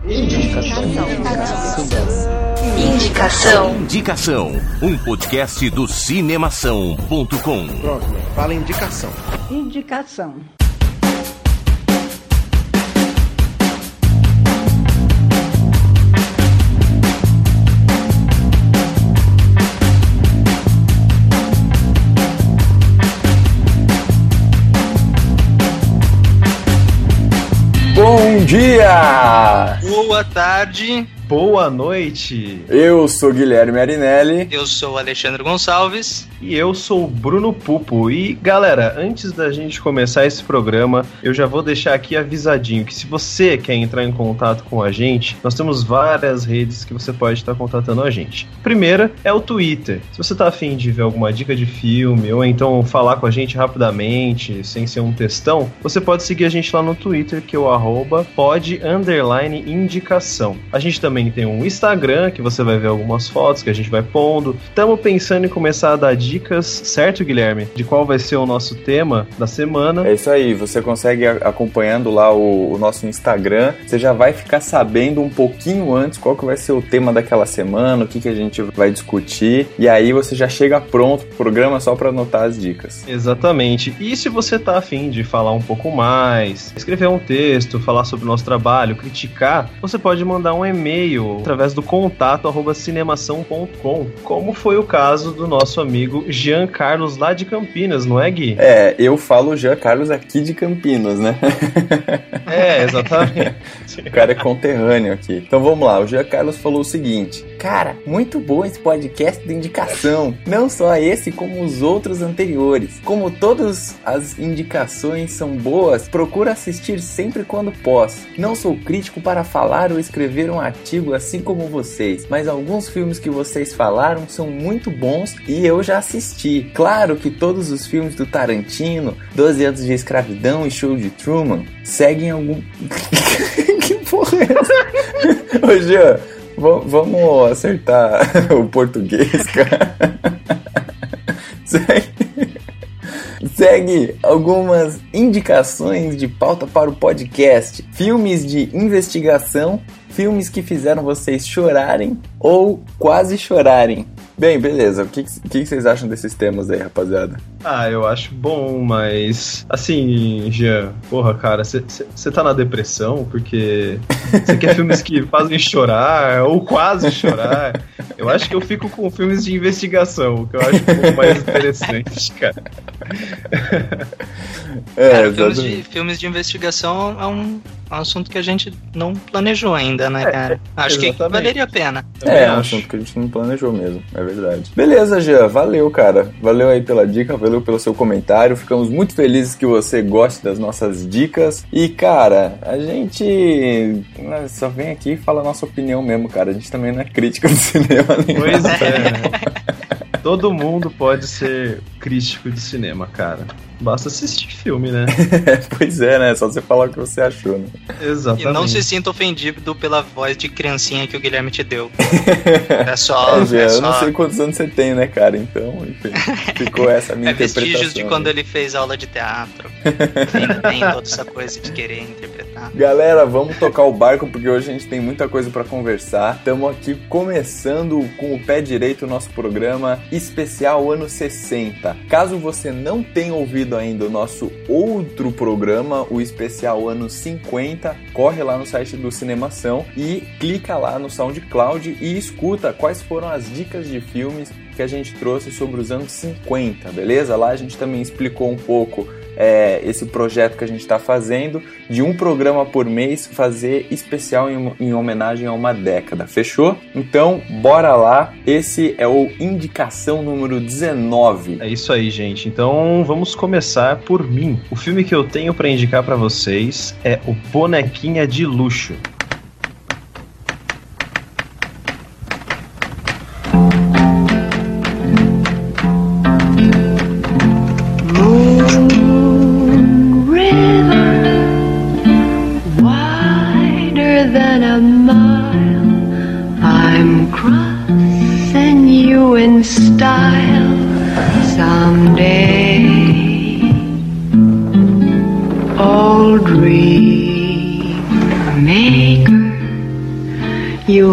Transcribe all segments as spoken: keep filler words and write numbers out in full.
Indicação. Indicação. Indicação. Um podcast do cinemação ponto com. Pronto, fala indicação. Indicação. Bom dia! Boa tarde! Boa noite! Eu sou Guilherme Arinelli. Eu sou Alexandre Gonçalves. E eu sou o Bruno Pupo. E galera, antes da gente começar esse programa, eu já vou deixar aqui avisadinho que se você quer entrar em contato com a gente, nós temos várias redes que você pode estar contatando a gente. A primeira é o Twitter. Se você tá afim de ver alguma dica de filme, ou então falar com a gente rapidamente, sem ser um textão, você pode seguir a gente lá no Twitter, que é o arroba pod underline indicação. A gente também tem um Instagram, que você vai ver algumas fotos que a gente vai pondo. Estamos pensando em começar a dar dicas, certo, Guilherme? De qual vai ser o nosso tema da semana. É isso aí, você consegue acompanhando lá o, o nosso Instagram, você já vai ficar sabendo um pouquinho antes qual que vai ser o tema daquela semana, o que, que a gente vai discutir, e aí você já chega pronto pro programa só para anotar as dicas. Exatamente. E se você tá afim de falar um pouco mais, escrever um texto, falar sobre o nosso trabalho, criticar, você pode mandar um e-mail através do contato arroba cinemação ponto com, como foi o caso do nosso amigo Jean Carlos lá de Campinas, não é, Gui? É, eu falo Jean Carlos aqui de Campinas, né? É, exatamente. O cara é conterrâneo aqui. Então vamos lá, o Jean Carlos falou o seguinte: cara, muito bom esse podcast de indicação, não só esse como os outros anteriores. Como todas as indicações são boas, procuro assistir sempre quando posso. Não sou crítico para falar ou escrever um artigo assim como vocês, mas alguns filmes que vocês falaram são muito bons e eu já assisti. Claro que todos os filmes do Tarantino, doze anos de escravidão e Show de Truman seguem algum... Que porra é essa? Ô Jean, v- vamos acertar o português, cara. Segue... Segue algumas indicações de pauta para o podcast. Filmes de investigação, filmes que fizeram vocês chorarem ou quase chorarem. Bem, beleza. O que, que vocês acham desses temas aí, rapaziada? Ah, eu acho bom, mas... Assim, Jean, porra, cara, você tá na depressão porque você quer filmes que fazem chorar ou quase chorar. Eu acho que eu fico com filmes de investigação, o que eu acho um pouco mais interessante, cara. É, cara, filmes de, filmes de investigação é um, é um assunto que a gente não planejou ainda, né, cara? É, acho exatamente. Que valeria a pena. É, é um assunto que a gente não planejou mesmo, é verdade. Beleza, Jean, valeu, cara. Valeu aí pela dica, valeu pelo seu comentário. Ficamos muito felizes que você goste das nossas dicas. E, cara, a gente só vem aqui e fala a nossa opinião mesmo, cara. A gente também não é crítica do cinema nem Pois nada. É. Todo mundo pode ser crítico de cinema, cara. Basta assistir filme, né? Pois é, né? Só você falar o que você achou, né? Exatamente. E não se sinta ofendido pela voz de criancinha que o Guilherme te deu. É só... É, Gê, é eu só... não sei quantos anos você tem, né, cara? Então, enfim, ficou essa minha é interpretação. É vestígios de quando ele fez aula de teatro. Ainda tem toda essa coisa de querer interpretar. Galera, vamos tocar o barco, porque hoje a gente tem muita coisa pra conversar. Estamos aqui começando com o pé direito o nosso programa especial ano sessenta. Caso você não tenha ouvido ainda o nosso outro programa, o especial ano cinquenta, corre lá no site do Cinemação e clica lá no SoundCloud e escuta quais foram as dicas de filmes que a gente trouxe sobre os anos cinquenta, beleza? Lá a gente também explicou um pouco é, esse projeto que a gente está fazendo, de um programa por mês, fazer especial em, em homenagem a uma década, fechou? Então, bora lá, esse é o Indicação número dezenove. É isso aí, gente, então vamos começar por mim. O filme que eu tenho para indicar para vocês é o Bonequinha de Luxo. Style someday, old dream maker, you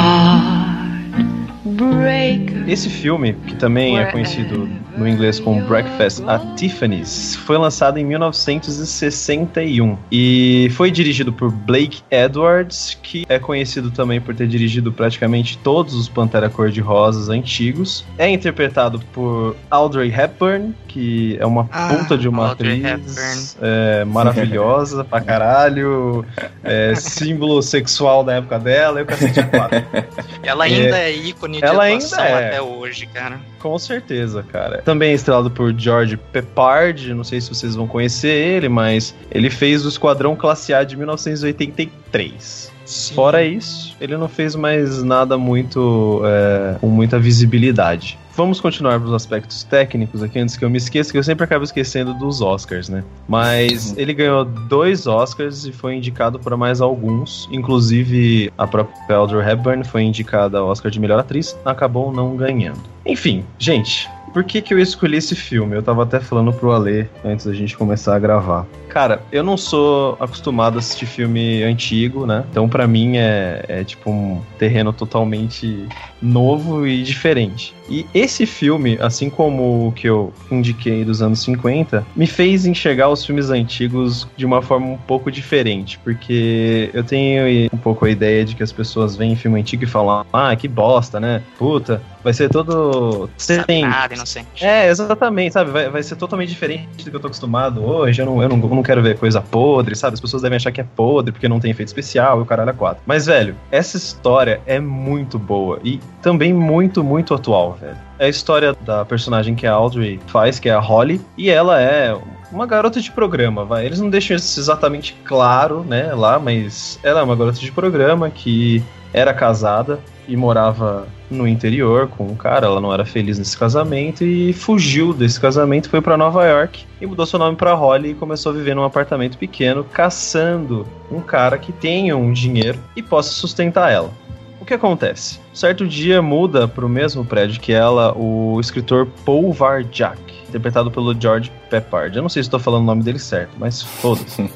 heartbreaker. Esse filme, que também é conhecido no inglês como Breakfast at Tiffany's, foi lançado em mil novecentos e sessenta e um e foi dirigido por Blake Edwards, que é conhecido também por ter dirigido praticamente todos os Pantera Cor-de-Rosas antigos. É interpretado por Audrey Hepburn, que é uma Ah, puta de uma Audrey atriz é, maravilhosa pra caralho, é, símbolo sexual da época dela, eu cacete a quatro. Ela ainda é, é ícone de ela atuação ainda é. até hoje, cara. Com certeza, cara. Também é estrelado por George Peppard, não sei se vocês vão conhecer ele, mas ele fez o Esquadrão Classe A de mil novecentos e oitenta e três. Sim. Fora isso, ele não fez mais nada muito é, com muita visibilidade. Vamos continuar para os aspectos técnicos aqui, antes que eu me esqueça, que eu sempre acabo esquecendo dos Oscars, né? Mas ele ganhou dois Oscars e foi indicado para mais alguns. Inclusive, a própria Audrey Hepburn foi indicada ao Oscar de melhor atriz, acabou não ganhando. Enfim, gente, por que que eu escolhi esse filme? Eu tava até falando pro Ale antes da gente começar a gravar. Cara, eu não sou acostumado a assistir filme antigo, né? Então pra mim é, é tipo um terreno totalmente novo e diferente. E esse filme, assim como o que eu indiquei dos anos cinquenta, me fez enxergar os filmes antigos de uma forma um pouco diferente, porque eu tenho um pouco a ideia de que as pessoas veem filme antigo e falam, ah, que bosta, né? Puta, vai ser todo... Nada inocente. É, exatamente, sabe? Vai, vai ser totalmente diferente do que eu tô acostumado hoje. Eu não, eu, não, eu não quero ver coisa podre, sabe? As pessoas devem achar que é podre porque não tem efeito especial e o caralho é quatro. Mas, velho, essa história é muito boa e também muito, muito atual, velho. É a história da personagem que a Audrey faz, que é a Holly, e ela é uma garota de programa, vai. Eles não deixam isso exatamente claro, né, lá, mas ela é uma garota de programa que era casada e morava no interior com um cara, ela não era feliz nesse casamento e fugiu desse casamento, foi pra Nova York e mudou seu nome pra Holly e começou a viver num apartamento pequeno, caçando um cara que tenha um dinheiro e possa sustentar ela. O que acontece? Certo dia muda pro mesmo prédio que ela o escritor Paul Varjak, interpretado pelo George Peppard. Eu não sei se estou falando o nome dele certo, mas foda-se.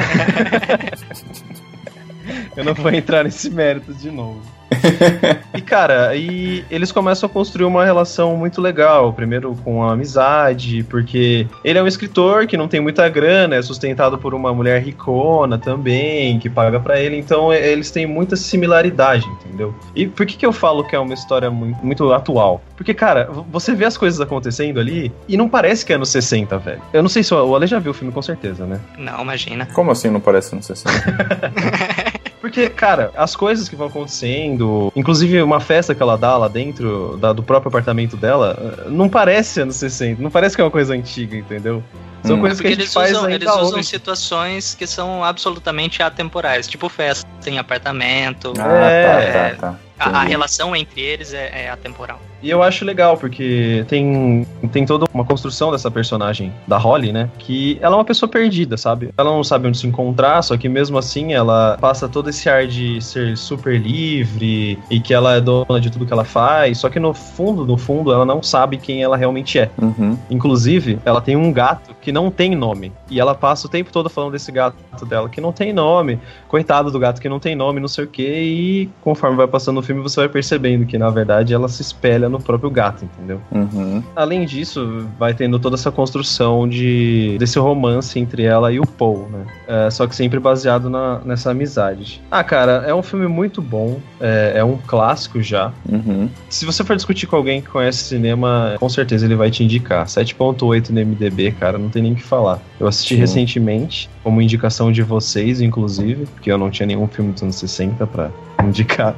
Eu não vou entrar nesse mérito de novo. E cara, e eles começam a construir uma relação muito legal. Primeiro com a amizade, porque ele é um escritor que não tem muita grana, é sustentado por uma mulher ricona também, que paga pra ele. Então eles têm muita similaridade, entendeu? E por que que eu falo que é uma história muito, muito atual? Porque, cara, você vê as coisas acontecendo ali e não parece que é anos sessenta, velho. Eu não sei se o Ale já viu o filme, com certeza, né? Não, imagina. Como assim não parece anos sessenta? Porque, cara, as coisas que vão acontecendo, inclusive uma festa que ela dá lá dentro da, do próprio apartamento dela, não parece anos sessenta, não parece que é uma coisa antiga, entendeu? São hum. coisas que a gente eles faz usam, ainda eles usam hoje. Situações que são absolutamente atemporais, tipo festa em apartamento. Ah, É. tá, tá, tá. A, a relação entre eles é, é atemporal. E eu acho legal, porque tem, tem toda uma construção dessa personagem, da Holly, né? Que ela é uma pessoa perdida, sabe? Ela não sabe onde se encontrar, só que mesmo assim ela passa todo esse ar de ser super livre e que ela é dona de tudo que ela faz, só que no fundo, no fundo, ela não sabe quem ela realmente é. Uhum. Inclusive, ela tem um gato que não tem nome. E ela passa o tempo todo falando desse gato dela que não tem nome. Coitado do gato que não tem nome, não sei o quê. E conforme vai passando o filme, você vai percebendo que, na verdade, ela se espelha no próprio gato, entendeu? Uhum. Além disso, vai tendo toda essa construção de, desse romance entre ela e o Paul, né? É, só que sempre baseado na, nessa amizade. Ah, cara, é um filme muito bom. É, é um clássico já. Uhum. Se você for discutir com alguém que conhece cinema, com certeza ele vai te indicar. sete ponto oito no M D B, cara, não tem nem o que falar. Eu assisti Sim. recentemente, como indicação de vocês, inclusive, porque eu não tinha nenhum filme dos anos sessenta pra indicar.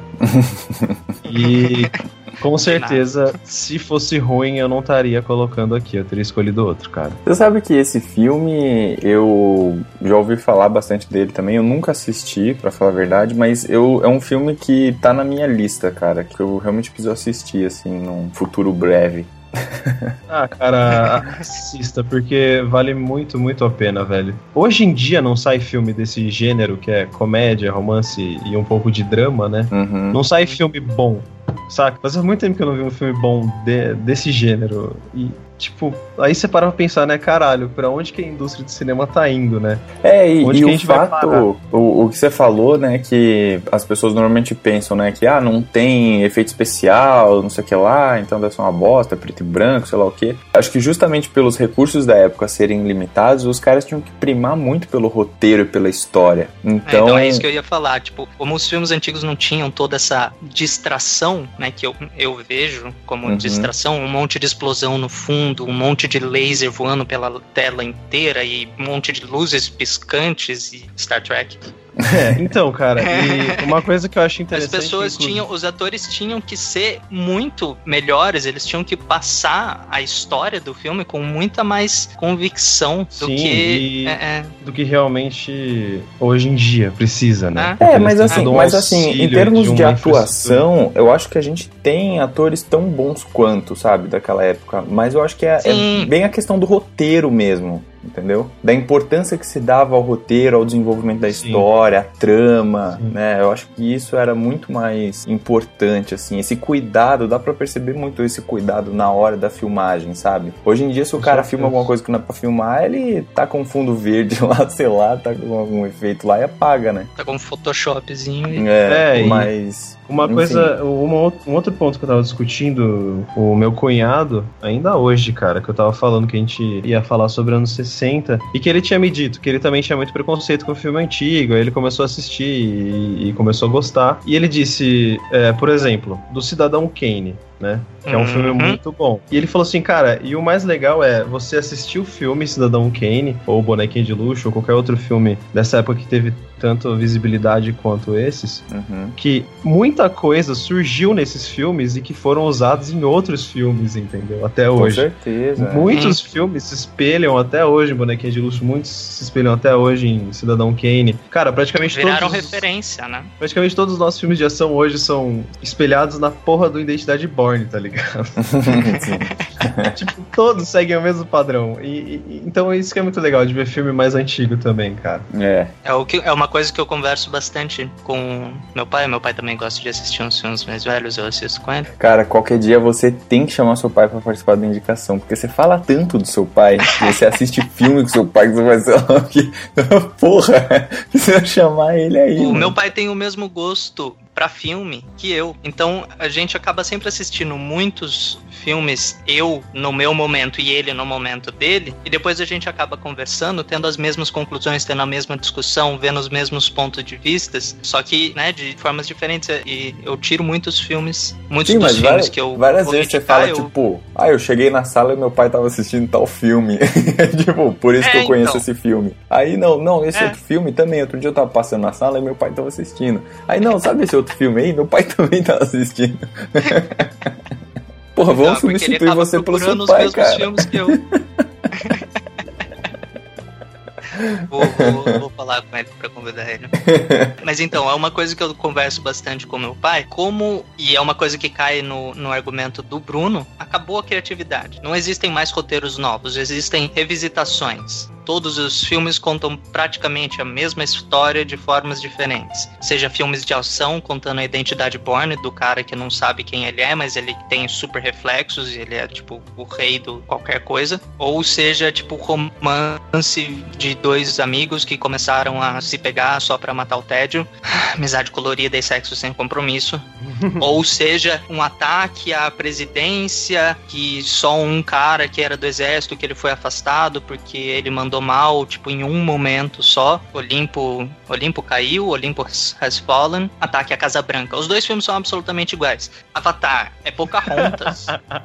E com certeza, se fosse ruim, eu não estaria colocando aqui, eu teria escolhido outro, cara. Você sabe que esse filme, eu já ouvi falar bastante dele também, eu nunca assisti, pra falar a verdade, mas eu, é um filme que tá na minha lista, cara, que eu realmente preciso assistir, assim, num futuro breve. Ah, cara, assista, porque vale muito, muito a pena, velho. Hoje em dia não sai filme desse gênero, que é comédia, romance e um pouco de drama, né? Uhum. Não sai filme bom, saca? Faz muito tempo que eu não vi um filme bom de, desse gênero. E, tipo, aí você para pra pensar, né, caralho, pra onde que a indústria de cinema tá indo, né? É, e, onde e que a o gente vai parar? fato, o, o que você falou, né, que as pessoas normalmente pensam, né, que, ah, não tem efeito especial, não sei o que lá, então deve ser uma bosta, preto e branco, sei lá o que. Acho que justamente pelos recursos da época serem limitados, os caras tinham que primar muito pelo roteiro e pela história. Então... É, então é isso que eu ia falar, tipo, como os filmes antigos não tinham toda essa distração, né, que eu, eu vejo como Uhum. distração, um monte de explosão no fundo, um monte de laser voando pela tela inteira e um monte de luzes piscantes e Star Trek. É, então, cara, e uma coisa que eu acho interessante... As pessoas inclusive... tinham, os atores tinham que ser muito melhores, eles tinham que passar a história do filme com muita mais convicção do Sim, que... e É, é. do que realmente hoje em dia precisa, né? É, É, Eles mas assim, dão mas assim, em auxílio termos de, uma atuação, eu acho que a gente tem atores tão bons quanto, sabe, daquela época. Mas eu acho que é, é bem a questão do roteiro mesmo, entendeu? Da importância que se dava ao roteiro, ao desenvolvimento da Sim. história, a trama, Sim. né? Eu acho que isso era muito mais importante, assim. Esse cuidado, dá pra perceber muito esse cuidado na hora da filmagem, sabe? Hoje em dia, se o Com cara certeza. filma alguma coisa que não é pra filmar, ele tá com fundo verde lá, sei lá, tá com algum efeito lá e apaga, né? Tá com um Photoshopzinho e... É, É, e- mas... Uma Enfim. coisa, uma, out- um outro ponto que eu tava discutindo, o meu cunhado, ainda hoje, cara, que eu tava falando que a gente ia falar sobre anos sessenta, e que ele tinha me dito que ele também tinha muito preconceito com o filme antigo, aí ele começou a assistir e, e começou a gostar. E ele disse, é, por exemplo, do Cidadão Kane, né? Que é um Uhum. filme muito bom. E ele falou assim, cara, e o mais legal é você assistir o filme Cidadão Kane, ou Bonequinho de Luxo, ou qualquer outro filme dessa época que teve tanto visibilidade quanto esses, Uhum. que muita coisa surgiu nesses filmes e que foram usados em outros filmes, entendeu? Até Com hoje. certeza. é. Muitos filmes se espelham até hoje em Bonequinho de Luxo, muitos se espelham até hoje em Cidadão Kane. Cara, praticamente Viraram todos, os- referência, né? praticamente todos os nossos filmes de ação hoje são espelhados na porra do Identidade Borne, tá ligado? Tipo, todos seguem o mesmo padrão. E, e- então isso que é muito legal de ver filme mais antigo também, cara. É. É, o que, é uma coisa que eu converso bastante com meu pai. Meu pai também gosta de assistir uns filmes mais velhos, eu assisto com ele. Cara, qualquer dia você tem que chamar seu pai pra participar da indicação, porque você fala tanto do seu pai, e você assiste filme com seu pai, que você vai ser lá que... Porra, precisa chamar ele aí. O mano. meu pai tem o mesmo gosto pra filme que eu. Então a gente acaba sempre assistindo muitos filmes, eu no meu momento e ele no momento dele, e depois a gente acaba conversando, tendo as mesmas conclusões, tendo a mesma discussão, vendo os mesmos pontos de vistas, só que, né, de formas diferentes. E eu tiro muitos filmes, muitos Sim, dos mas filmes várias, que eu várias vou vezes você criticar, fala, eu- tipo, ah, eu cheguei na sala e meu pai tava assistindo tal filme. Tipo, por isso É, que eu conheço então. esse filme. Aí, não, não, esse É. outro filme também. Outro dia eu tava passando na sala e meu pai tava assistindo. Aí, não, sabe esse outro filme aí? Meu pai também tava assistindo. Porra, vamos Tá, porque ele substituir acaba você pelo seu procurando pai, os mesmos cara. filmes que eu. Vou, vou, vou falar com ele pra convidar ele. Mas então, é uma coisa que eu converso bastante com meu pai, como, e é uma coisa que cai no, no argumento do Bruno, acabou a criatividade. Não existem mais roteiros novos, existem revisitações. Todos os filmes contam praticamente a mesma história de formas diferentes. Seja filmes de ação, contando a identidade Bourne do cara que não sabe quem ele é, mas ele tem super reflexos e ele é, tipo, o rei do qualquer coisa. Ou seja, tipo, romance de dois amigos que começaram a se pegar só pra matar o tédio. Amizade colorida e sexo sem compromisso. Ou seja, um ataque à presidência que só um cara que era do exército, que ele foi afastado porque ele mandou mal, tipo, em um momento só. Olimpo, Olimpo caiu, Olimpo has fallen. Ataque à Casa Branca. Os dois filmes são absolutamente iguais. Avatar é Pocahontas.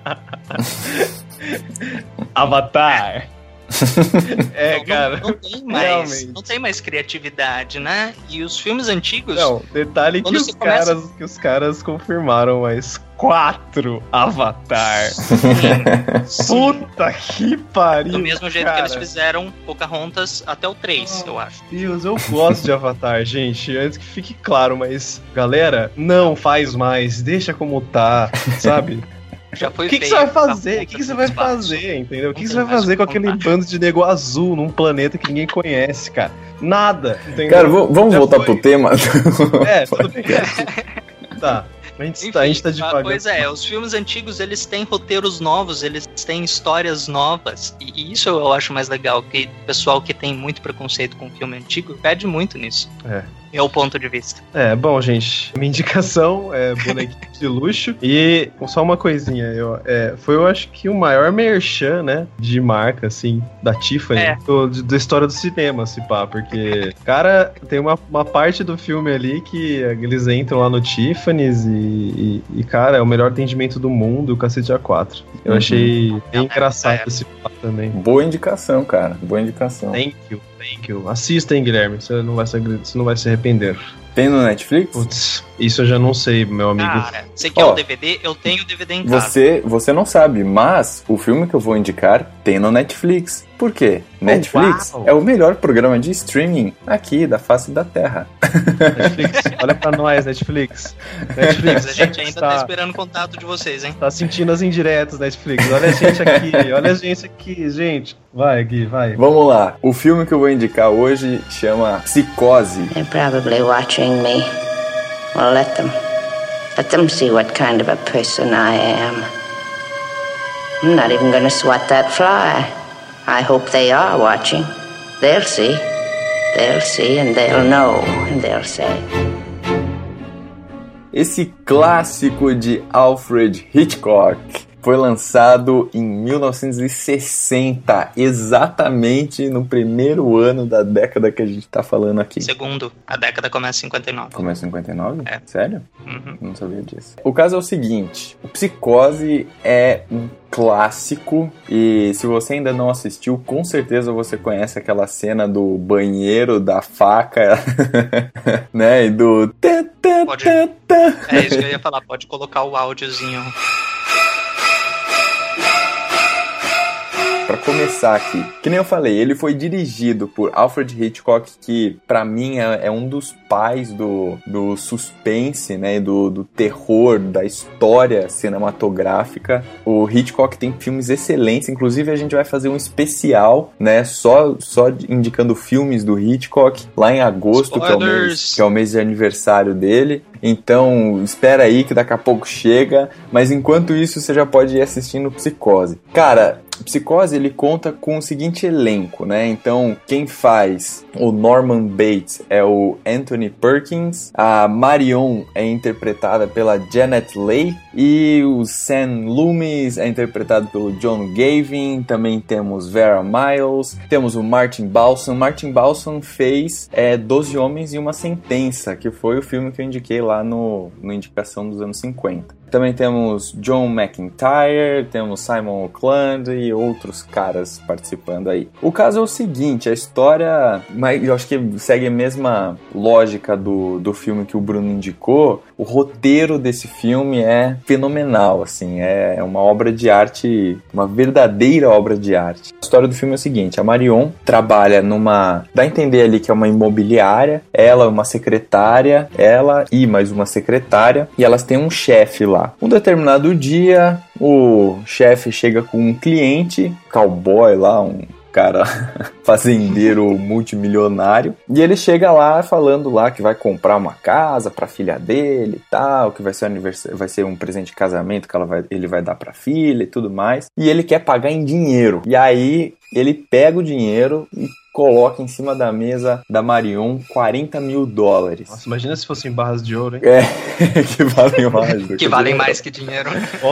Avatar. É, Não- cara. Não, tem mais, realmente. não tem mais criatividade, né? E os filmes antigos... Não, detalhe que Quando os, você começa- caras, que os caras confirmaram mais quatro Avatar. Puta que pariu. Do mesmo jeito cara. que eles fizeram Pocahontas até o três, eu acho. Deus, eu gosto de Avatar, gente. Antes que fique claro, mas, galera, não faz mais. Deixa como tá, sabe? Já foi O que, que feio você vai fazer? Pocahontas O que, que você no vai espaço. fazer, entendeu? O que, Não que você tem vai mais fazer o com que aquele contar. bando de nego azul num planeta que ninguém conhece, cara? Nada, entendeu? Cara, v- vamos Já voltar foi. pro tema? É, tudo bem. Tá. A gente, Enfim, tá, a gente tá ah, devagar. pois é, os filmes antigos, eles têm roteiros novos, eles têm histórias novas, e, e isso eu acho mais legal, que o pessoal que tem muito preconceito com filme antigo perde muito nisso. É. É o ponto de vista. É, bom, gente, minha indicação é bonequinho de luxo. E só uma coisinha, eu, é, foi, eu acho que o maior merchan, né, de marca, assim, da Tiffany, É. do, de- da história do cinema, se pá, porque, cara, tem uma, uma parte do filme ali que eles entram lá no Tiffany's e, e, e, cara, é o melhor atendimento do mundo, o cacete A quatro. Eu Uhum. achei bem É, engraçado é. esse pá também. Boa indicação, cara. Boa indicação. Thank you, thank you. Assista, hein, Guilherme, você não vai se, você não vai se arrepender. Tem no Netflix? Putz, isso eu já não sei, meu amigo. Cara, você quer Ó, o D V D? Eu tenho o D V D em casa. Você, você não sabe, mas o filme que eu vou indicar tem no Netflix. Por quê? Netflix uau. é o melhor programa de streaming aqui da face da Terra. Netflix, olha pra nós, Netflix. Netflix, Mas a gente ainda tá tá, esperando o contato de vocês, hein? tá sentindo as indiretas, Netflix. Olha a gente aqui, olha a gente aqui, gente. Vai, Gui, vai. Vamos lá. O filme que eu vou indicar hoje chama Psicose. They're probably watching me. Well, let them. Let them see what kind of a person I am. I'm not even gonna swat that fly. I hope they are watching. They'll see. They'll see and they'll know and they'll say. Esse clássico de Alfred Hitchcock foi lançado em mil novecentos e sessenta, exatamente no primeiro ano da década que a gente tá falando aqui. Segundo, a década começa em cinquenta e nove. Começa em cinquenta e nove? É. Sério? Uhum. Não sabia disso. O caso é o seguinte, o Psicose é um clássico e se você ainda não assistiu, com certeza você conhece aquela cena do banheiro, da faca, né, e do... Pode. É isso que eu ia falar, pode colocar o áudiozinho. Pra começar aqui, que nem eu falei, ele foi dirigido por Alfred Hitchcock, que pra mim é, é um dos pais do, do suspense, né, do, do terror, da história cinematográfica. O Hitchcock tem filmes excelentes, inclusive a gente vai fazer um especial, né, só, só indicando filmes do Hitchcock, lá em agosto, que é, o mês, que é o mês de aniversário dele. Então, espera aí que daqui a pouco chega, mas enquanto isso você já pode ir assistindo Psicose. Cara, Psicose, ele conta com o seguinte elenco, né? Então, quem faz o Norman Bates é o Anthony Perkins, a Marion é interpretada pela Janet Leigh e o Sam Loomis é interpretado pelo John Gavin. Também temos Vera Miles, temos o Martin Balsam. Martin Balsam fez é, Doze Homens e Uma Sentença, que foi o filme que eu indiquei lá no, no Indicação dos anos cinquenta. Também temos John McIntyre, temos Simon Oakland e outros caras participando aí. O caso é o seguinte, a história, mas eu acho que segue a mesma lógica do, do filme que o Bruno indicou. O roteiro desse filme é fenomenal, assim, é uma obra de arte, uma verdadeira obra de arte. A história do filme é o seguinte, a Marion trabalha numa, dá a entender ali que é uma imobiliária, ela é uma secretária, ela e mais uma secretária, e elas têm um chefe lá. Um determinado dia, o chefe chega com um cliente, cowboy lá, um cara fazendeiro multimilionário, e ele chega lá falando lá que vai comprar uma casa pra filha dele e tal, que vai ser, aniversário, vai ser um presente de casamento que ela vai, ele vai dar pra filha e tudo mais, e ele quer pagar em dinheiro. E aí ele pega o dinheiro e coloca em cima da mesa da Marion quarenta mil dólares. Nossa, imagina se fossem barras de ouro, hein? É, que valem mais do que, Que valem dinheiro. mais que dinheiro.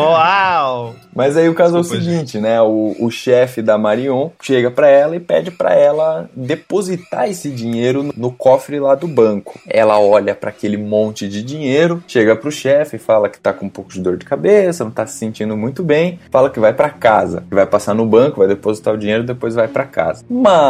Uau! Mas aí o caso Desculpa, é o seguinte, né? O, o chefe da Marion chega pra ela e pede pra ela depositar esse dinheiro no, no cofre lá do banco. Ela olha pra aquele monte de dinheiro, chega pro chefe e fala que tá com um pouco de dor de cabeça, não tá se sentindo muito bem, fala que vai pra casa, que vai passar no banco, vai depositar o dinheiro e depois vai pra casa.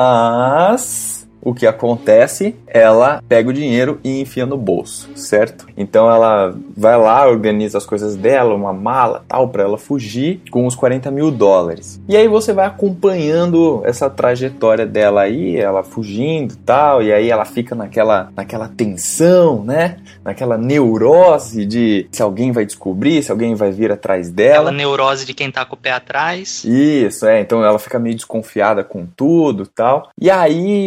Mas o que acontece? Ela pega o dinheiro e enfia no bolso, certo? Então ela vai lá, organiza as coisas dela, uma mala, tal, pra ela fugir com os quarenta mil dólares. E aí você vai acompanhando essa trajetória dela aí, ela fugindo e tal, e aí ela fica naquela, naquela tensão, né? Naquela neurose de se alguém vai descobrir, se alguém vai vir atrás dela. Aquela neurose de quem tá com o pé atrás. Isso, é. Então ela fica meio desconfiada com tudo e tal. E aí, essa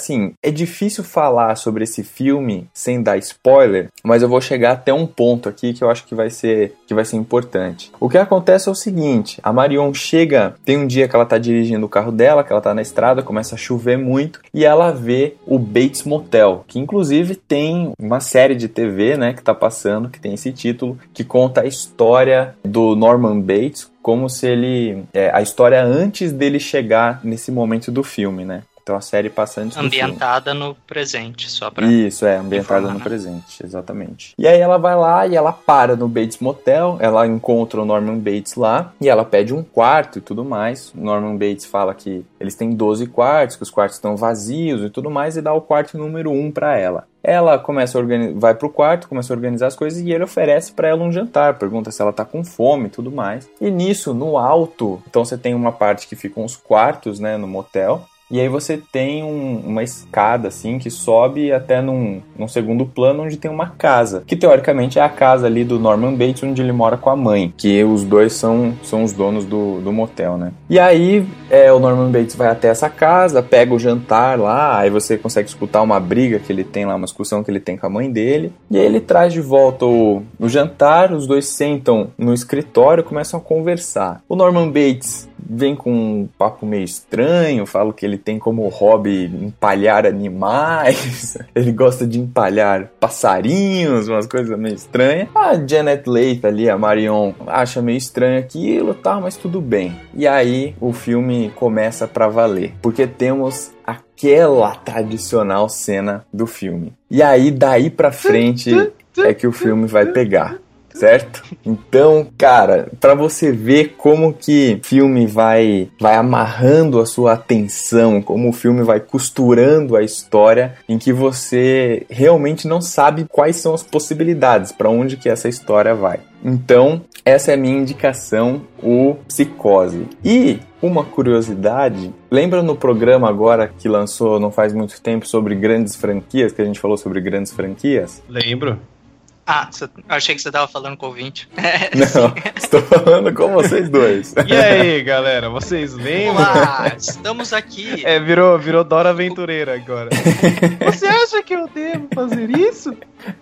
assim, é difícil falar sobre esse filme sem dar spoiler, mas eu vou chegar até um ponto aqui que eu acho que vai ser, que vai ser importante. O que acontece é o seguinte, a Marion chega, tem um dia que ela tá dirigindo o carro dela, que ela tá na estrada, começa a chover muito, e ela vê o Bates Motel, que inclusive tem uma série de T V, né, que tá passando, que tem esse título, que conta a história do Norman Bates, como se ele... É, a história antes dele chegar nesse momento do filme, né? Então a série passa antes do filme. Ambientada no presente, só pra... Isso, é, ambientada informar, no né? presente, exatamente. E aí ela vai lá e ela para no Bates Motel, ela encontra o Norman Bates lá, e ela pede um quarto e tudo mais. O Norman Bates fala que eles têm doze quartos, que os quartos estão vazios e tudo mais, e dá o quarto número um pra ela. Ela começa a organizar, vai pro quarto, começa a organizar as coisas e ele oferece pra ela um jantar, pergunta se ela tá com fome e tudo mais. E nisso, no alto, então você tem uma parte que ficam os quartos, né, no motel. E aí você tem um, uma escada, assim, que sobe até num, num segundo plano, onde tem uma casa. Que, teoricamente, é a casa ali do Norman Bates, onde ele mora com a mãe. Que os dois são, são os donos do, do motel, né? E aí, é, o Norman Bates vai até essa casa, pega o jantar lá, aí você consegue escutar uma briga que ele tem lá, uma discussão que ele tem com a mãe dele. E aí ele traz de volta o, o jantar, os dois sentam no escritório e começam a conversar. O Norman Bates vem com um papo meio estranho, fala que ele tem como hobby empalhar animais, ele gosta de empalhar passarinhos, umas coisas meio estranhas. A Janet Leigh ali, a Marion, acha meio estranho aquilo, tá, mas tudo bem. E aí o filme começa pra valer, porque temos aquela tradicional cena do filme. E aí daí pra frente é que o filme vai pegar. Certo? Então, cara, pra você ver como que o filme vai, vai amarrando a sua atenção, como o filme vai costurando a história, em que você realmente não sabe quais são as possibilidades, pra onde que essa história vai. Então, essa é a minha indicação, o Psicose. E uma curiosidade, lembra no programa agora que lançou não faz muito tempo sobre grandes franquias, que a gente falou sobre grandes franquias? Lembro. Ah, eu achei que você tava falando com o ouvinte. Não, estou falando com vocês dois. E aí, galera, vocês lembram? Olá, estamos aqui. É, virou, virou Dora Aventureira agora. Você acha que eu devo fazer isso?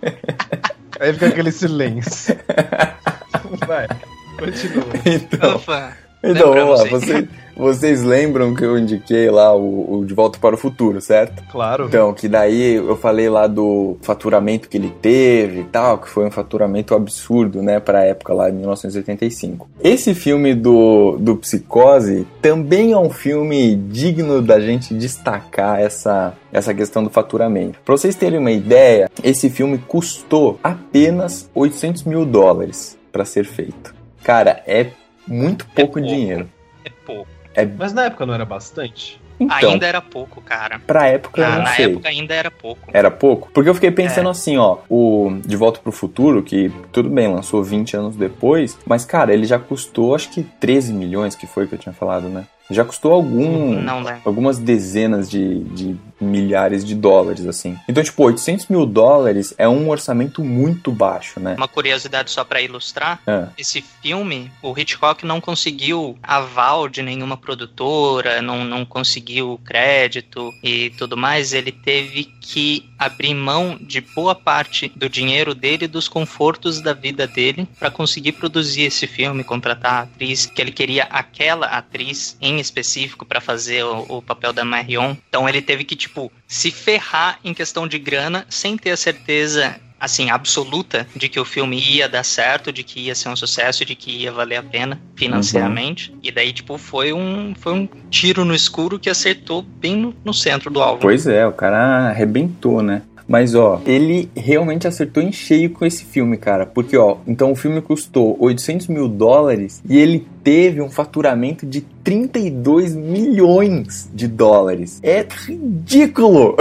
Aí fica aquele silêncio. Vai, continua. Então, Ufa, então vamos lá, vocês, vocês lembram que eu indiquei lá o, o De Volta para o Futuro, certo? Claro. Então, que daí eu falei lá do faturamento que ele teve e tal, que foi um faturamento absurdo, né, pra época lá de mil novecentos e oitenta e cinco. Esse filme do, do Psicose também é um filme digno da gente destacar essa, essa questão do faturamento. Pra vocês terem uma ideia, esse filme custou apenas oitocentos mil dólares pra ser feito. Cara, é muito pouco, é pouco dinheiro. É pouco. É... Mas na época não era bastante? Então, ainda era pouco, cara. Pra época eu Ah, não na sei. época ainda era pouco. Era pouco? Porque eu fiquei pensando É. assim, ó, o De Volta pro Futuro, que tudo bem, lançou vinte anos depois, mas, cara, ele já custou, acho que treze milhões, que foi que eu tinha falado, né? Já custou algum, Não lembro. algumas dezenas de, de milhares de dólares, assim. Então, tipo, oitocentos mil dólares é um orçamento muito baixo, né? Uma curiosidade só pra ilustrar, Ah. esse filme, o Hitchcock não conseguiu aval de nenhuma produtora, não, não conseguiu crédito e tudo mais, ele teve que abrir mão de boa parte do dinheiro dele e dos confortos da vida dele pra conseguir produzir esse filme, contratar a atriz, que ele queria aquela atriz em específico pra fazer o, o papel da Marion. Então ele teve que, tipo, se ferrar em questão de grana sem ter a certeza, assim, absoluta de que o filme ia dar certo, de que ia ser um sucesso, de que ia valer a pena financeiramente. Uhum. E daí, tipo, foi um, foi um tiro no escuro que acertou bem no, no centro do alvo. Pois é, o cara arrebentou, né? Mas, ó, ele realmente acertou em cheio com esse filme, cara. Porque, ó, então o filme custou oitocentos mil dólares e ele teve um faturamento de trinta e dois milhões de dólares. É ridículo!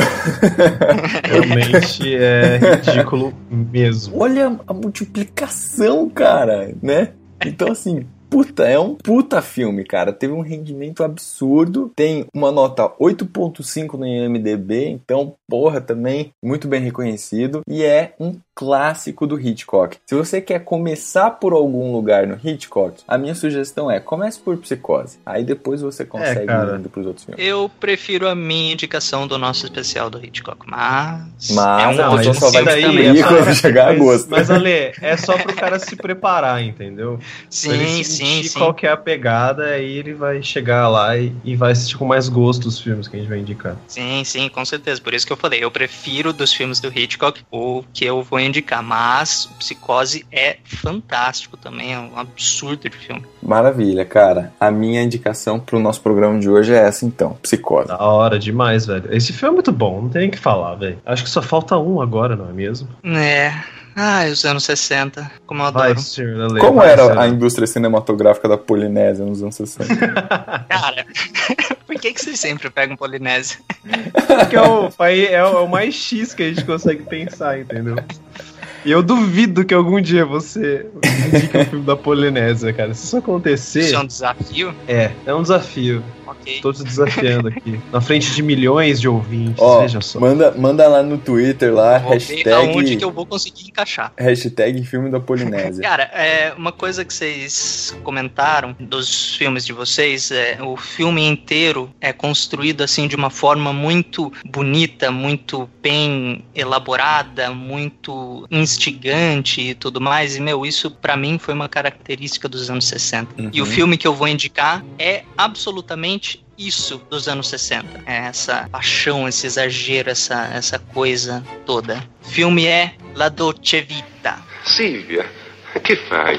Realmente é ridículo mesmo. Olha a multiplicação, cara, né? Então, assim... Puta, é um puta filme, cara. Teve um rendimento absurdo. Tem uma nota oito ponto cinco no I M D B. Então, porra, também muito bem reconhecido. E é um clássico do Hitchcock. Se você quer começar por algum lugar no Hitchcock, a minha sugestão é, comece por Psicose. Aí depois você consegue cara. ir indo pros outros filmes. Eu prefiro a minha indicação do nosso especial do Hitchcock, mas... Mas é um não, outro a gente só vai filme também. descobrir quando chegar mas, agosto. Mas, Ale, é só pro cara se preparar, entendeu? Sim, pra ele sim, sentir sim. qual que é a pegada, aí ele vai chegar lá e, e vai assistir com mais gosto os filmes que a gente vai indicar. Sim, sim, com certeza. Por isso que eu falei, eu prefiro dos filmes do Hitchcock o que eu vou indicar, mas o Psicose é fantástico também, é um absurdo de filme. Maravilha, cara. A minha indicação pro nosso programa de hoje é essa, então. Psicose. Da hora demais, velho. Esse filme é muito bom, não tem nem o que falar, velho. Acho que só falta um agora, não é mesmo? É... Ah, os anos sessenta, como eu adoro. Vai, senhor Ale, Como vai, era senhor. a indústria cinematográfica da Polinésia nos anos sessenta? Cara, por que, que vocês sempre pegam Polinésia? Porque é o, pai- é o é o mais X que a gente consegue pensar, entendeu? E eu duvido que algum dia você indique o filme da Polinésia, cara. Se isso acontecer... Isso é um desafio? É, é um desafio. Ok. Tô te desafiando aqui. Na frente de milhões de ouvintes, Ó, veja só. manda, manda lá no Twitter lá, Vou ver aonde hashtag, que eu vou conseguir encaixar. hashtag filme da Polinésia. Cara, é, uma coisa que vocês comentaram dos filmes de vocês, é, o filme inteiro é construído assim de uma forma muito bonita, muito bem elaborada, muito instigante e tudo mais. E, meu, isso pra mim foi uma característica dos anos sessenta. Uhum. E o filme que eu vou indicar é absolutamente isso dos anos sessenta. É essa paixão, esse exagero, essa, essa coisa toda. O filme é La Dolce Vita. Silvia, che fai?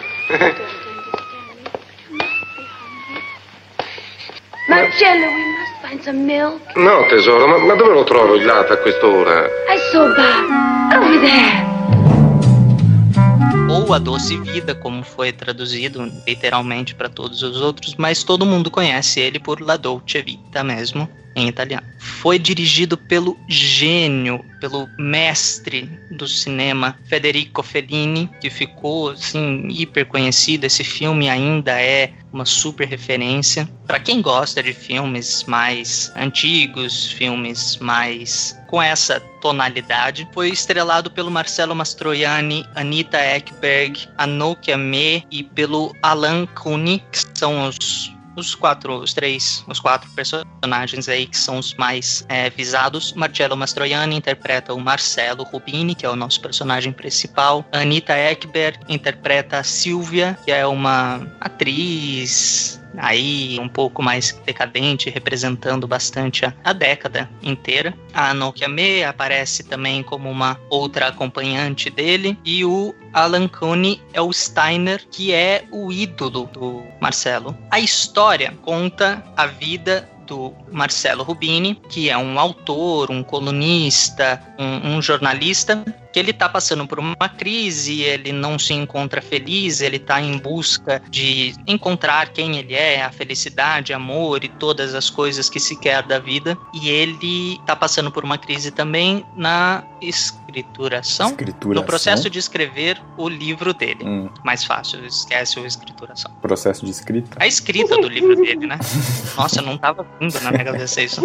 Marcello, we must find some milk. No, tesoro, ma, ma dove lo trovo il latte a quest'ora? I saw Bob. Over there. Ou A Doce Vida, como foi traduzido literalmente para todos os outros, mas todo mundo conhece ele por La Dolce Vita mesmo, em italiano. Foi dirigido pelo gênio, pelo mestre do cinema, Federico Fellini, que ficou assim hiper conhecido. Esse filme ainda é uma super referência para quem gosta de filmes mais antigos, filmes mais com essa tonalidade. Foi estrelado pelo Marcello Mastroianni, Anita Ekberg, Anouk Aimée e pelo Alan Cooney, que são os Os quatro, os três, os quatro personagens aí que são os mais é, visados. Marcello Mastroianni interpreta o Marcello Rubini, que é o nosso personagem principal. A Anita Ekberg interpreta a Silvia, que é uma atriz aí um pouco mais decadente, representando bastante a, a década inteira. A Anouk Aimée aparece também como uma outra acompanhante dele, e o Alan Cooney é o Steiner, que é o ídolo do Marcello. A história conta a vida do Marcello Rubini, que é um autor, um colunista, um, um jornalista, que ele está passando por uma crise, ele não se encontra feliz, ele está em busca de encontrar quem ele é, a felicidade, amor e todas as coisas que se quer da vida, e ele está passando por uma crise também na escrituração, Escrituração? no processo de escrever o livro dele. Hum. Mais fácil, esquece o escrituração. Processo de escrita? A escrita do livro dele, né? Nossa, não tava vindo na minha cabeça isso.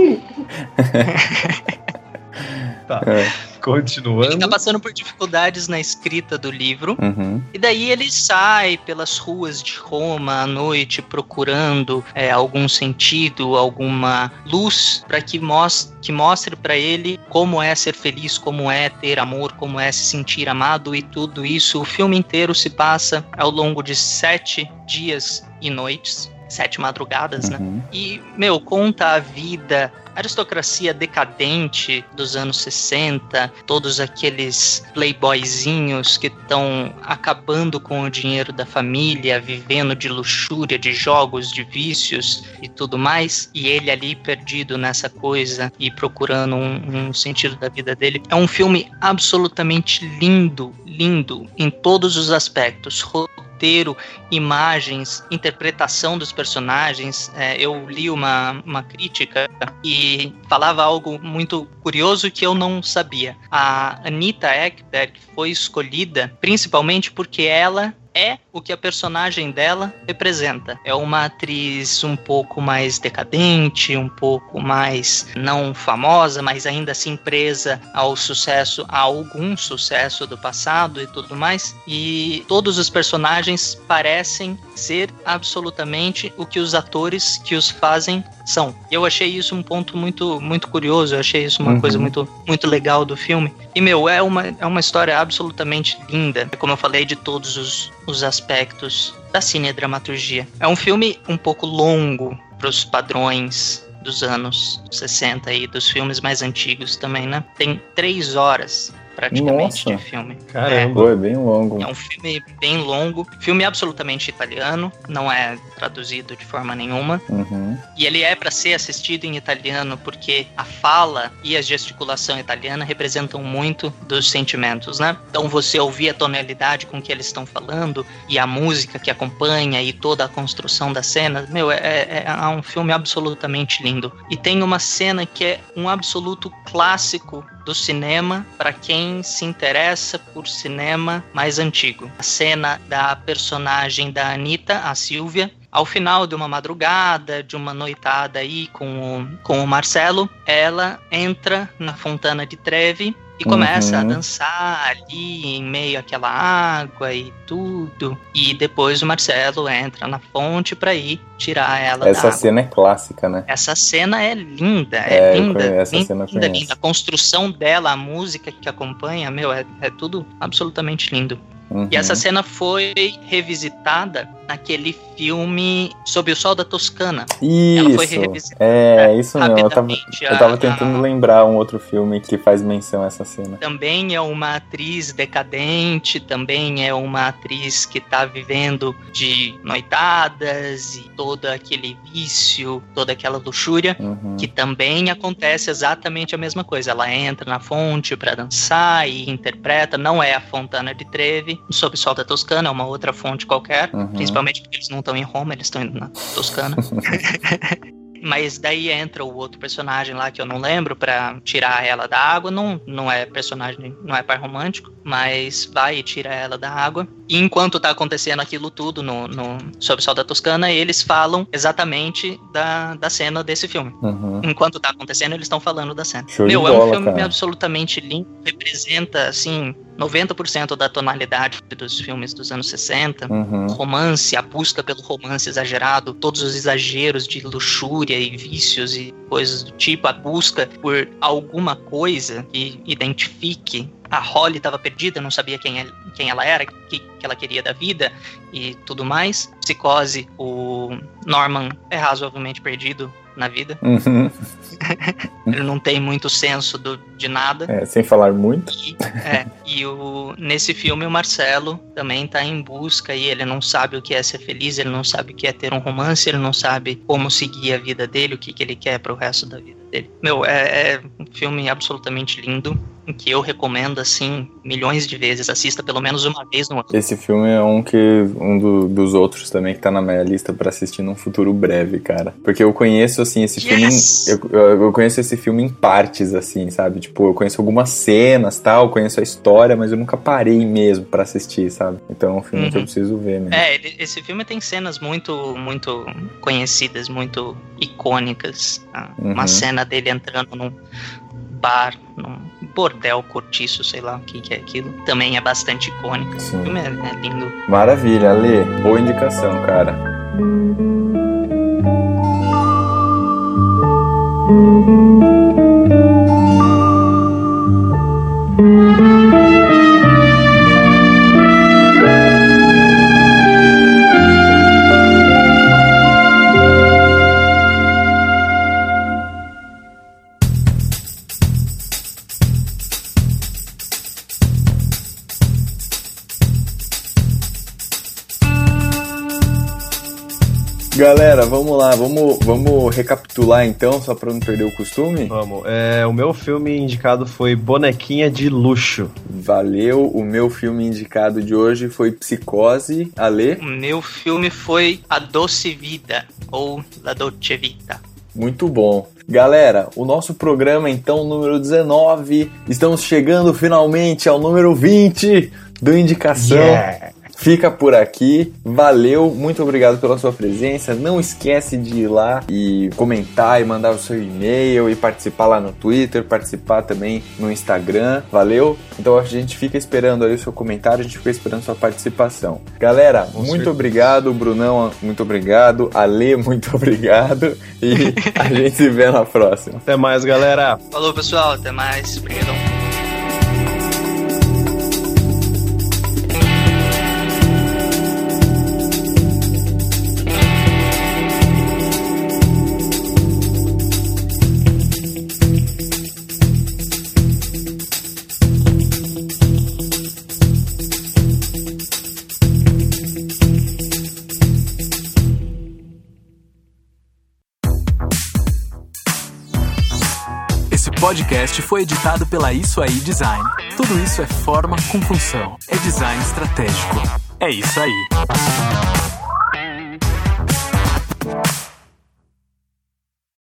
Tá. É. Continuando. Ele tá passando por dificuldades na escrita do livro. Uhum. E daí ele sai pelas ruas de Roma à noite procurando é, algum sentido, alguma luz para que, mos- que mostre para ele como é ser feliz, como é ter amor, como é se sentir amado e tudo isso. O filme inteiro se passa ao longo de sete dias e noites. Sete madrugadas, né? Uhum. E, meu, conta a vida, a aristocracia decadente dos anos sessenta, todos aqueles playboyzinhos que estão acabando com o dinheiro da família, vivendo de luxúria, de jogos, de vícios e tudo mais, e ele ali perdido nessa coisa e procurando um, um sentido da vida dele. É um filme absolutamente lindo, lindo em todos os aspectos. Roteiro, imagens, interpretação dos personagens. É, eu li uma, uma crítica e falava algo muito curioso que eu não sabia. A Anita Ekberg foi escolhida principalmente porque ela é o que a personagem dela representa. É uma atriz um pouco mais decadente, um pouco mais não famosa, mas ainda assim presa ao sucesso, a algum sucesso do passado e tudo mais. E todos os personagens parecem ser absolutamente o que os atores que os fazem são. E eu achei isso um ponto muito, muito curioso, eu achei isso uma uhum. coisa muito, muito legal do filme. E, meu, é uma, é uma história absolutamente linda, como eu falei, de todos os, os aspectos da cinedramaturgia. É um filme um pouco longo para os padrões dos anos sessenta e dos filmes mais antigos também, né? Tem três horas praticamente. Nossa. De filme. Caramba, é, é bem longo. É um filme bem longo, filme absolutamente italiano, não é traduzido de forma nenhuma. Uhum. E ele é para ser assistido em italiano porque a fala e a gesticulação italiana representam muito dos sentimentos, né? Então você ouvir a tonalidade com que eles estão falando e a música que acompanha e toda a construção da cena, meu, é, é, é um filme absolutamente lindo. E tem uma cena que é um absoluto clássico do cinema para quem se interessa por cinema mais antigo. A cena da personagem da Anitta, a Silvia, ao final de uma madrugada, de uma noitada aí com o, com o Marcelo, ela entra na Fontana di Trevi e começa uhum. a dançar ali em meio àquela água e tudo. E depois o Marcelo entra na fonte pra ir tirar ela Essa da água. Cena é clássica, né? Essa cena é linda, é, é linda, essa linda, cena linda, linda. A construção dela, a música que acompanha, meu, é, é tudo absolutamente lindo. Uhum. E essa cena foi revisitada naquele filme Sob o Sol da Toscana. Isso, ela foi revisitada. É, isso mesmo. Eu tava, eu tava tentando a... lembrar um outro filme que faz menção a essa cena. Também é uma atriz decadente, também é uma atriz que tá vivendo de noitadas e todo aquele vício, toda aquela luxúria, uhum. que também acontece exatamente a mesma coisa. Ela entra na fonte pra dançar e interpreta, não é a Fontana di Trevi, Sob o Sol da Toscana, é uma outra fonte qualquer, uhum. principalmente porque eles não estão em Roma, eles estão indo na Toscana. Mas daí entra o outro personagem lá que eu não lembro pra tirar ela da água. Não, não é personagem, não é par romântico, mas vai e tira ela da água. E enquanto tá acontecendo aquilo tudo no, no Sob o Sol da Toscana, eles falam exatamente da, da cena desse filme. Uhum. Enquanto tá acontecendo, eles estão falando da cena. Show Meu, de é um bola, filme cara. absolutamente lindo, representa, assim, noventa por cento da tonalidade dos filmes dos anos sessenta. Uhum. Romance, a busca pelo romance exagerado, todos os exageros de luxúria e vícios e coisas do tipo, a busca por alguma coisa que identifique. A Holly estava perdida, não sabia quem, ela, quem ela era, o que, que ela queria da vida e tudo mais. Psicose, o Norman é razoavelmente perdido na vida. Uhum. Ele não tem muito senso do, de nada. É, sem falar muito. E, é, e o, nesse filme o Marcelo também está em busca e ele não sabe o que é ser feliz, ele não sabe o que é ter um romance, ele não sabe como seguir a vida dele, o que, que ele quer para o resto da vida dele. Meu, é, é um filme absolutamente lindo, que eu recomendo, assim, milhões de vezes. Assista pelo menos uma vez no ano. Esse filme é um que um do, dos outros também que tá na minha lista pra assistir num futuro breve, cara. Porque eu conheço, assim, esse yes! filme... Eu, eu, eu conheço esse filme em partes, assim, sabe? Tipo, eu conheço algumas cenas, tal, conheço a história, mas eu nunca parei mesmo pra assistir, sabe? Então é um filme uhum. que eu preciso ver mesmo. É, ele, esse filme tem cenas muito, muito conhecidas, muito icônicas. Tá? Uhum. Uma cena dele entrando num bar, num bordel cortiço, sei lá o que, que é aquilo. Também é bastante icônico. Sim. O filme é, é lindo. Maravilha, Ale. Boa indicação, cara. Galera, vamos lá, vamos, vamos recapitular então, só pra não perder o costume? Vamos, é, o meu filme indicado foi Bonequinha de Luxo. Valeu, o meu filme indicado de hoje foi Psicose. Ale? O meu filme foi A Doce Vida, ou La Dolce Vita. Muito bom. Galera, o nosso programa então, número dezenove, estamos chegando finalmente ao número vinte do Indicação. Yeah. fica por aqui. Valeu, muito obrigado pela sua presença. Não esquece de ir lá e comentar e mandar o seu e-mail e participar lá no Twitter, participar também no Instagram. Valeu? Então a gente fica esperando aí o seu comentário, a gente fica esperando a sua participação. Galera, Com muito certeza. obrigado. Brunão, muito obrigado. Ale, muito obrigado. E a gente se vê na próxima. Até mais, galera. Falou, pessoal. Até mais. Obrigadão. Esse podcast foi editado pela Isso Aí Design. Tudo isso é forma com função. É design estratégico. É isso aí.